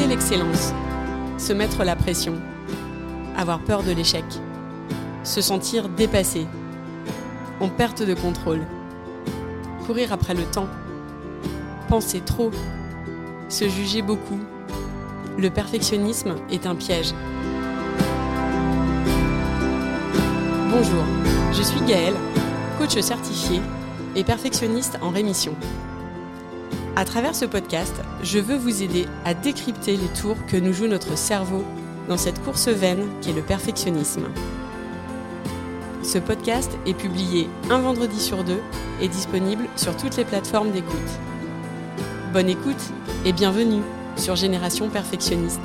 l'excellence, se mettre la pression, avoir peur de l'échec, se sentir dépassé, en perte de contrôle, courir après le temps, penser trop, se juger beaucoup. Le perfectionnisme est un piège. Bonjour, je suis Gaëlle, coach certifié et perfectionniste en rémission. À travers ce podcast, je veux vous aider à décrypter les tours que nous joue notre cerveau dans cette course vaine qu'est le perfectionnisme. Ce podcast est publié un vendredi sur 2 et disponible sur toutes les plateformes d'écoute. Bonne écoute et bienvenue sur Génération Perfectionniste.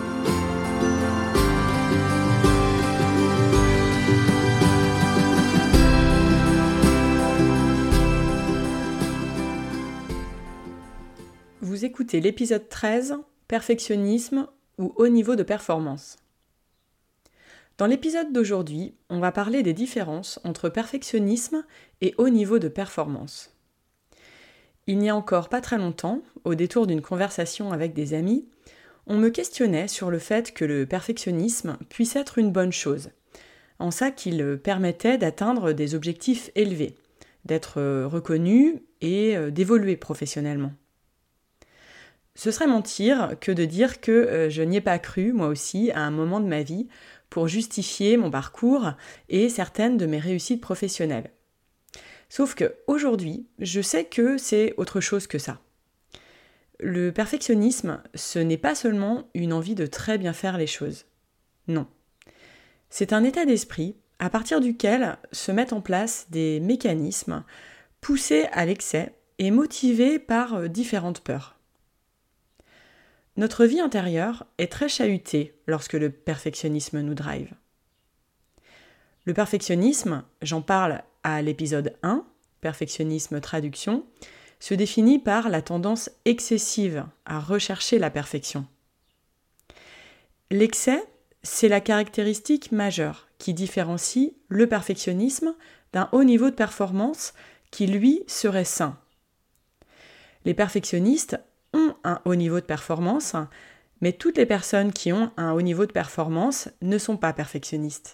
Vous écoutez l'épisode 13, Perfectionnisme ou haut niveau de performance. Dans l'épisode d'aujourd'hui, on va parler des différences entre perfectionnisme et haut niveau de performance. Il n'y a encore pas très longtemps, au détour d'une conversation avec des amis, on me questionnait sur le fait que le perfectionnisme puisse être une bonne chose, en ça qu'il permettait d'atteindre des objectifs élevés, d'être reconnu et d'évoluer professionnellement. Ce serait mentir que de dire que je n'y ai pas cru, moi aussi, à un moment de ma vie, pour justifier mon parcours et certaines de mes réussites professionnelles. Sauf qu'aujourd'hui, je sais que c'est autre chose que ça. Le perfectionnisme, ce n'est pas seulement une envie de très bien faire les choses. Non. C'est un état d'esprit à partir duquel se mettent en place des mécanismes poussés à l'excès et motivés par différentes peurs. Notre vie intérieure est très chahutée lorsque le perfectionnisme nous drive. Le perfectionnisme, j'en parle à l'épisode 1, perfectionnisme traduction, se définit par la tendance excessive à rechercher la perfection. L'excès, c'est la caractéristique majeure qui différencie le perfectionnisme d'un haut niveau de performance qui, lui, serait sain. Les perfectionnistes ont un haut niveau de performance, mais toutes les personnes qui ont un haut niveau de performance ne sont pas perfectionnistes.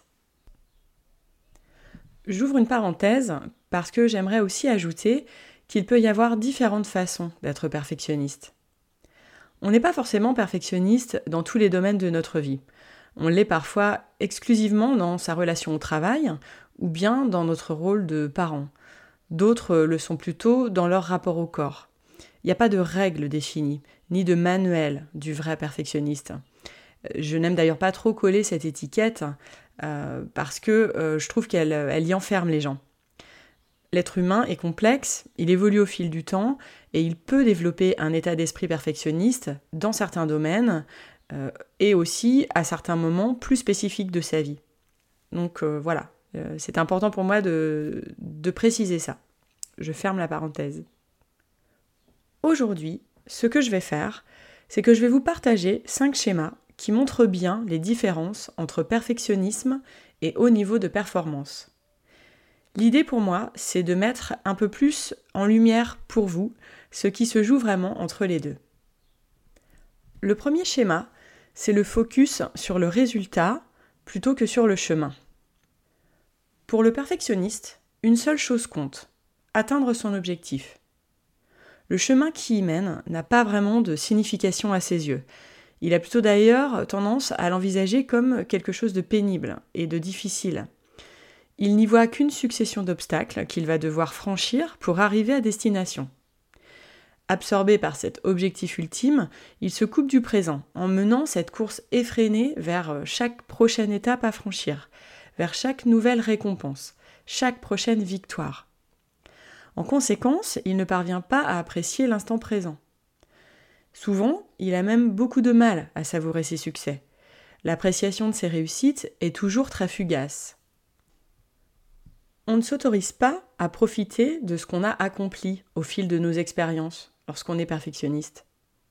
J'ouvre une parenthèse parce que j'aimerais aussi ajouter qu'il peut y avoir différentes façons d'être perfectionniste. On n'est pas forcément perfectionniste dans tous les domaines de notre vie. On l'est parfois exclusivement dans sa relation au travail ou bien dans notre rôle de parent. D'autres le sont plutôt dans leur rapport au corps. Il n'y a pas de règle définie, ni de manuel du vrai perfectionniste. Je n'aime d'ailleurs pas trop coller cette étiquette parce que je trouve qu'elle y enferme les gens. L'être humain est complexe, il évolue au fil du temps et il peut développer un état d'esprit perfectionniste dans certains domaines et aussi à certains moments plus spécifiques de sa vie. Donc voilà, c'est important pour moi de préciser ça. Je ferme la parenthèse. Aujourd'hui, ce que je vais faire, c'est que je vais vous partager 5 schémas qui montrent bien les différences entre perfectionnisme et haut niveau de performance. L'idée pour moi, c'est de mettre un peu plus en lumière pour vous ce qui se joue vraiment entre les deux. Le premier schéma, c'est le focus sur le résultat plutôt que sur le chemin. Pour le perfectionniste, une seule chose compte, atteindre son objectif. Le chemin qui y mène n'a pas vraiment de signification à ses yeux. Il a plutôt d'ailleurs tendance à l'envisager comme quelque chose de pénible et de difficile. Il n'y voit qu'une succession d'obstacles qu'il va devoir franchir pour arriver à destination. Absorbé par cet objectif ultime, il se coupe du présent en menant cette course effrénée vers chaque prochaine étape à franchir, vers chaque nouvelle récompense, chaque prochaine victoire. En conséquence, il ne parvient pas à apprécier l'instant présent. Souvent, il a même beaucoup de mal à savourer ses succès. L'appréciation de ses réussites est toujours très fugace. On ne s'autorise pas à profiter de ce qu'on a accompli au fil de nos expériences lorsqu'on est perfectionniste.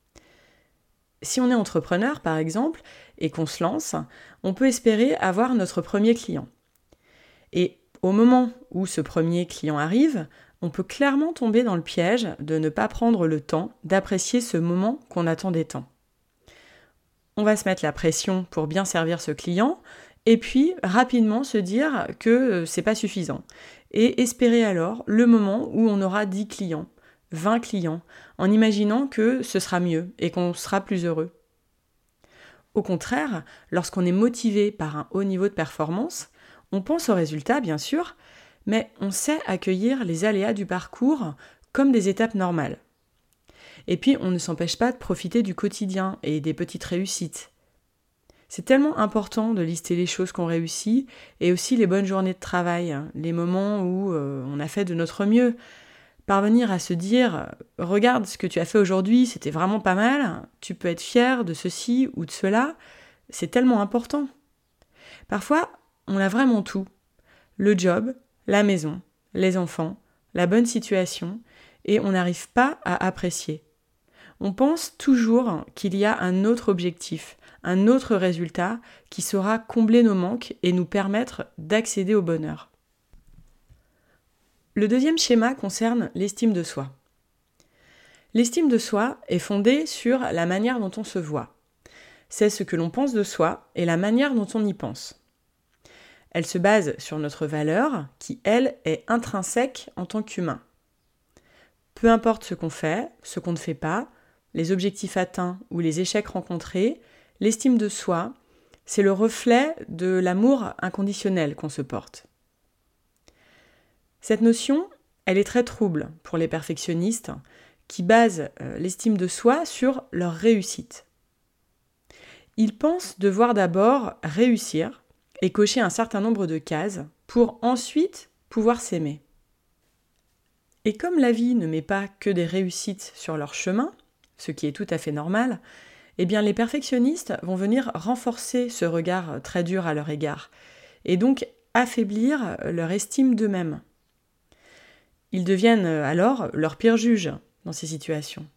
Si on est entrepreneur, par exemple, et qu'on se lance, on peut espérer avoir notre premier client. Et au moment où ce premier client arrive, on peut clairement tomber dans le piège de ne pas prendre le temps d'apprécier ce moment qu'on attendait tant. on va se mettre la pression pour bien servir ce client, et puis rapidement se dire que c'est pas suffisant. Et espérer alors le moment où on aura 10 clients, 20 clients, en imaginant que ce sera mieux et qu'on sera plus heureux. Au contraire, lorsqu'on est motivé par un haut niveau de performance, on pense aux résultats bien sûr, mais on sait accueillir les aléas du parcours comme des étapes normales. Et puis on ne s'empêche pas de profiter du quotidien et des petites réussites. C'est tellement important de lister les choses qu'on réussit et aussi les bonnes journées de travail, les moments où on a fait de notre mieux. Parvenir à se dire « Regarde ce que tu as fait aujourd'hui, c'était vraiment pas mal, tu peux être fier de ceci ou de cela », c'est tellement important. Parfois, on a vraiment tout. Le job, la maison, les enfants, la bonne situation, et on n'arrive pas à apprécier. On pense toujours qu'il y a un autre objectif, un autre résultat qui saura combler nos manques et nous permettre d'accéder au bonheur. Le deuxième schéma concerne l'estime de soi. L'estime de soi est fondée sur la manière dont on se voit. C'est ce que l'on pense de soi et la manière dont on y pense. Elle se base sur notre valeur qui, elle, est intrinsèque en tant qu'humain. Peu importe ce qu'on fait, ce qu'on ne fait pas, les objectifs atteints ou les échecs rencontrés, l'estime de soi, c'est le reflet de l'amour inconditionnel qu'on se porte. Cette notion, elle est très trouble pour les perfectionnistes qui basent l'estime de soi sur leur réussite. Ils pensent devoir d'abord réussir et cocher un certain nombre de cases pour ensuite pouvoir s'aimer. Et comme la vie ne met pas que des réussites sur leur chemin, ce qui est tout à fait normal, eh bien les perfectionnistes vont venir renforcer ce regard très dur à leur égard et donc affaiblir leur estime d'eux-mêmes. Ils deviennent alors leur pire juge dans ces situations.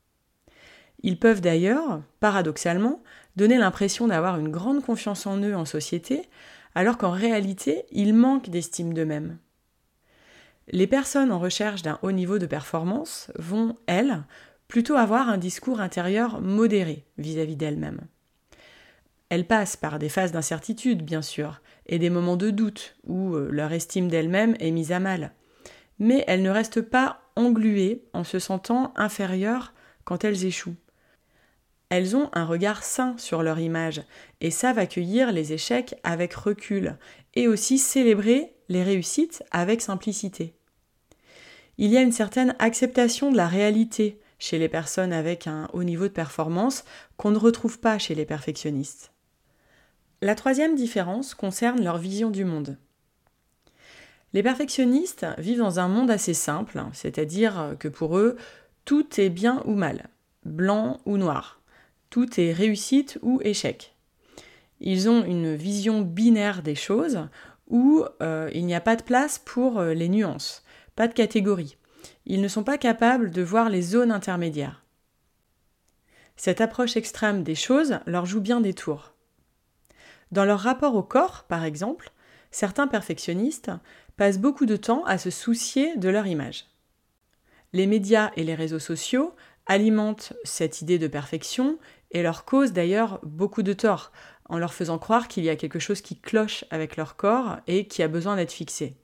Ils peuvent d'ailleurs, paradoxalement, donner l'impression d'avoir une grande confiance en eux en société, alors qu'en réalité, ils manquent d'estime d'eux-mêmes. Les personnes en recherche d'un haut niveau de performance vont, elles, plutôt avoir un discours intérieur modéré vis-à-vis d'elles-mêmes. Elles passent par des phases d'incertitude, bien sûr, et des moments de doute où leur estime d'elles-mêmes est mise à mal. Mais elles ne restent pas engluées en se sentant inférieures quand elles échouent. Elles ont un regard sain sur leur image et savent accueillir les échecs avec recul et aussi célébrer les réussites avec simplicité. Il y a une certaine acceptation de la réalité chez les personnes avec un haut niveau de performance qu'on ne retrouve pas chez les perfectionnistes. La troisième différence concerne leur vision du monde. Les perfectionnistes vivent dans un monde assez simple, c'est-à-dire que pour eux, tout est bien ou mal, blanc ou noir, tout est réussite ou échec. Ils ont une vision binaire des choses où il n'y a pas de place pour les nuances, pas de catégories. Ils ne sont pas capables de voir les zones intermédiaires. Cette approche extrême des choses leur joue bien des tours. Dans leur rapport au corps, par exemple, certains perfectionnistes passent beaucoup de temps à se soucier de leur image. Les médias et les réseaux sociaux alimentent cette idée de perfection et leur causent d'ailleurs beaucoup de tort, en leur faisant croire qu'il y a quelque chose qui cloche avec leur corps et qui a besoin d'être fixé.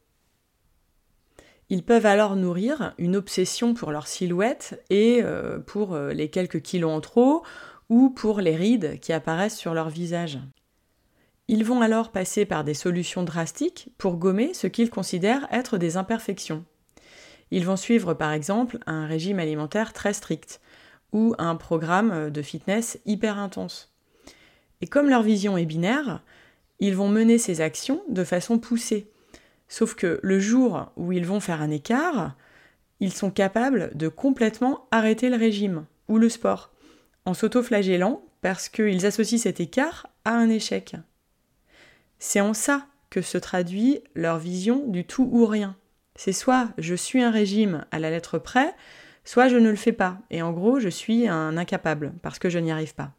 Ils peuvent alors nourrir une obsession pour leur silhouette et pour les quelques kilos en trop ou pour les rides qui apparaissent sur leur visage. Ils vont alors passer par des solutions drastiques pour gommer ce qu'ils considèrent être des imperfections. Ils vont suivre par exemple un régime alimentaire très strict ou un programme de fitness hyper intense. Et comme leur vision est binaire, ils vont mener ces actions de façon poussée. Sauf que le jour où ils vont faire un écart, ils sont capables de complètement arrêter le régime ou le sport, en s'auto-flagellant parce qu'ils associent cet écart à un échec. C'est en ça que se traduit leur vision du tout ou rien. C'est soit je suis un régime à la lettre près, soit je ne le fais pas, et en gros je suis un incapable parce que je n'y arrive pas.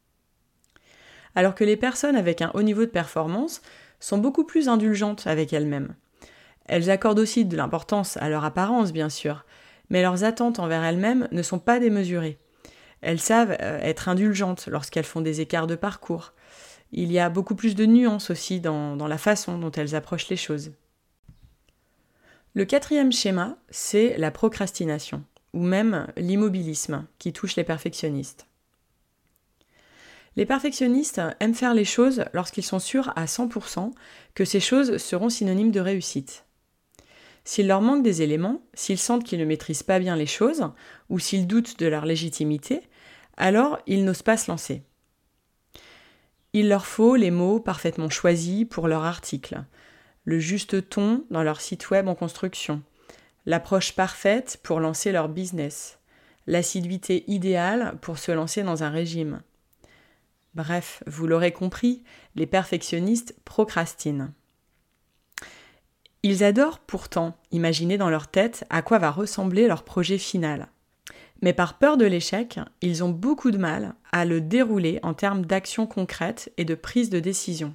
Alors que les personnes avec un haut niveau de performance sont beaucoup plus indulgentes avec elles-mêmes. Elles accordent aussi de l'importance à leur apparence, bien sûr, mais leurs attentes envers elles-mêmes ne sont pas démesurées. Elles savent être indulgentes lorsqu'elles font des écarts de parcours. Il y a beaucoup plus de nuances aussi dans la façon dont elles approchent les choses. Le 4e schéma, c'est la procrastination, ou même l'immobilisme, qui touche les perfectionnistes. Les perfectionnistes aiment faire les choses lorsqu'ils sont sûrs à 100% que ces choses seront synonymes de réussite. S'il leur manque des éléments, s'ils sentent qu'ils ne maîtrisent pas bien les choses, ou s'ils doutent de leur légitimité, alors ils n'osent pas se lancer. Il leur faut les mots parfaitement choisis pour leur article, le juste ton dans leur site web en construction, l'approche parfaite pour lancer leur business, l'assiduité idéale pour se lancer dans un régime. Bref, vous l'aurez compris, les perfectionnistes procrastinent. Ils adorent pourtant imaginer dans leur tête à quoi va ressembler leur projet final. Mais par peur de l'échec, ils ont beaucoup de mal à le dérouler en termes d'actions concrètes et de prise de décision.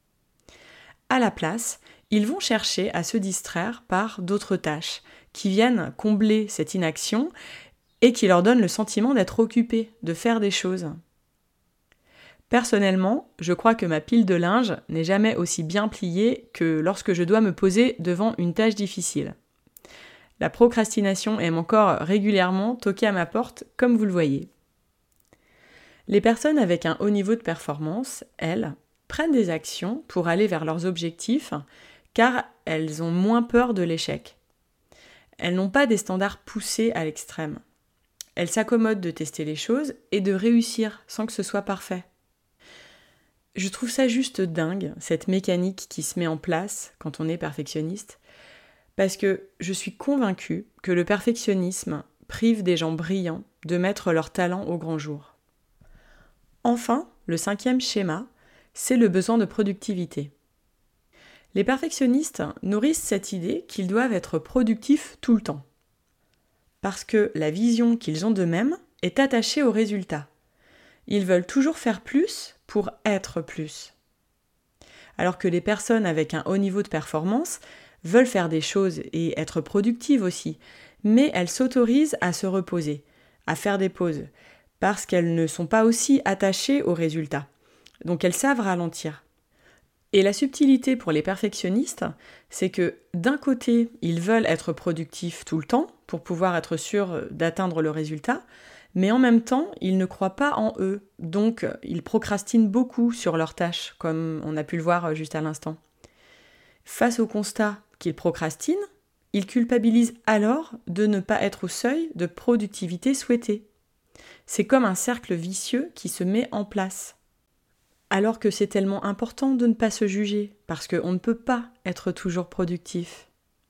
À la place, ils vont chercher à se distraire par d'autres tâches qui viennent combler cette inaction et qui leur donnent le sentiment d'être occupés, de faire des choses. Personnellement, je crois que ma pile de linge n'est jamais aussi bien pliée que lorsque je dois me poser devant une tâche difficile. La procrastination aime encore régulièrement toquer à ma porte, comme vous le voyez. Les personnes avec un haut niveau de performance, elles, prennent des actions pour aller vers leurs objectifs, car elles ont moins peur de l'échec. Elles n'ont pas des standards poussés à l'extrême. Elles s'accommodent de tester les choses et de réussir sans que ce soit parfait. Je trouve ça juste dingue, cette mécanique qui se met en place quand on est perfectionniste, parce que je suis convaincue que le perfectionnisme prive des gens brillants de mettre leur talent au grand jour. Enfin, le 5e schéma, c'est le besoin de productivité. Les perfectionnistes nourrissent cette idée qu'ils doivent être productifs tout le temps, parce que la vision qu'ils ont d'eux-mêmes est attachée au résultat. Ils veulent toujours faire plus pour être plus. Alors que les personnes avec un haut niveau de performance veulent faire des choses et être productives aussi, mais elles s'autorisent à se reposer, à faire des pauses, parce qu'elles ne sont pas aussi attachées au résultat. Donc elles savent ralentir. Et la subtilité pour les perfectionnistes, c'est que d'un côté, ils veulent être productifs tout le temps pour pouvoir être sûrs d'atteindre le résultat, mais en même temps, ils ne croient pas en eux, donc ils procrastinent beaucoup sur leurs tâches, comme on a pu le voir juste à l'instant. Face au constat qu'ils procrastinent, ils culpabilisent alors de ne pas être au seuil de productivité souhaitée. C'est comme un cercle vicieux qui se met en place. Alors que c'est tellement important de ne pas se juger, parce qu'on ne peut pas être toujours productif.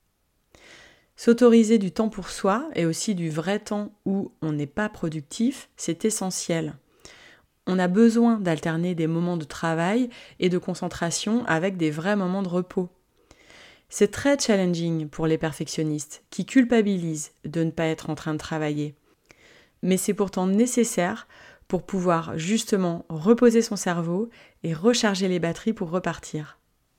S'autoriser du temps pour soi et aussi du vrai temps où on n'est pas productif, c'est essentiel. On a besoin d'alterner des moments de travail et de concentration avec des vrais moments de repos. C'est très challenging pour les perfectionnistes qui culpabilisent de ne pas être en train de travailler. Mais c'est pourtant nécessaire pour pouvoir justement reposer son cerveau et recharger les batteries pour repartir.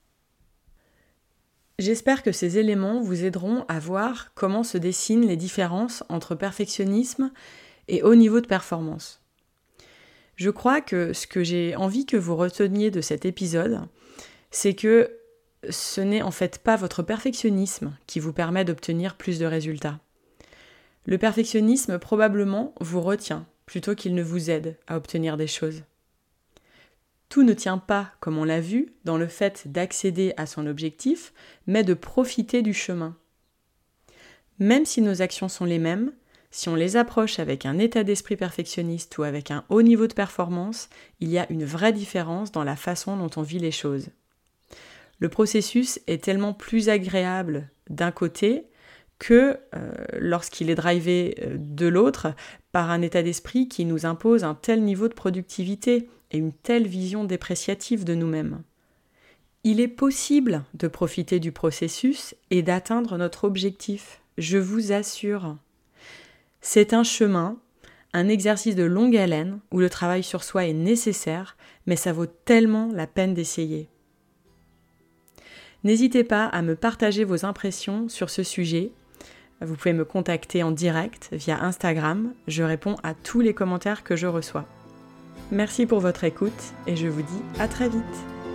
J'espère que ces éléments vous aideront à voir comment se dessinent les différences entre perfectionnisme et haut niveau de performance. Je crois que ce que j'ai envie que vous reteniez de cet épisode, c'est que ce n'est en fait pas votre perfectionnisme qui vous permet d'obtenir plus de résultats. Le perfectionnisme probablement vous retient plutôt qu'il ne vous aide à obtenir des choses. Tout ne tient pas, comme on l'a vu, dans le fait d'accéder à son objectif, mais de profiter du chemin. Même si nos actions sont les mêmes, si on les approche avec un état d'esprit perfectionniste ou avec un haut niveau de performance, il y a une vraie différence dans la façon dont on vit les choses. Le processus est tellement plus agréable d'un côté que lorsqu'il est drivé de l'autre par un état d'esprit qui nous impose un tel niveau de productivité et une telle vision dépréciative de nous-mêmes. Il est possible de profiter du processus et d'atteindre notre objectif, je vous assure. C'est un chemin, un exercice de longue haleine où le travail sur soi est nécessaire, mais ça vaut tellement la peine d'essayer. N'hésitez pas à me partager vos impressions sur ce sujet. Vous pouvez me contacter en direct via Instagram. Je réponds à tous les commentaires que je reçois. Merci pour votre écoute et je vous dis à très vite.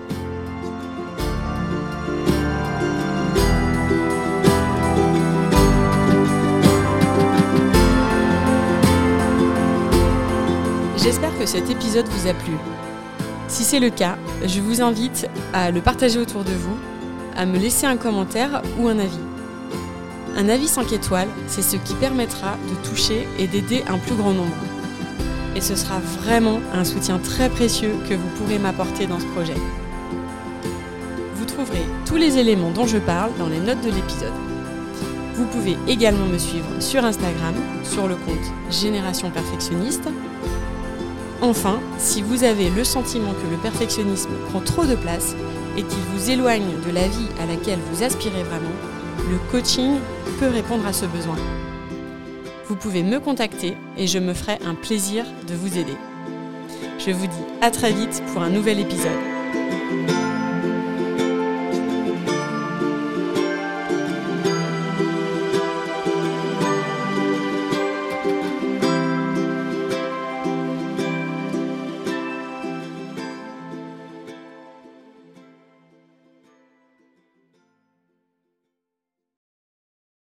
J'espère que cet épisode vous a plu. Si c'est le cas, je vous invite à le partager autour de vous, à me laisser un commentaire ou un avis. Un avis 5 étoiles, c'est ce qui permettra de toucher et d'aider un plus grand nombre. Et ce sera vraiment un soutien très précieux que vous pourrez m'apporter dans ce projet. Vous trouverez tous les éléments dont je parle dans les notes de l'épisode. Vous pouvez également me suivre sur Instagram, sur le compte Génération Perfectionniste. Enfin, si vous avez le sentiment que le perfectionnisme prend trop de place et qu'il vous éloigne de la vie à laquelle vous aspirez vraiment, le coaching peut répondre à ce besoin. Vous pouvez me contacter et je me ferai un plaisir de vous aider. Je vous dis à très vite pour un nouvel épisode.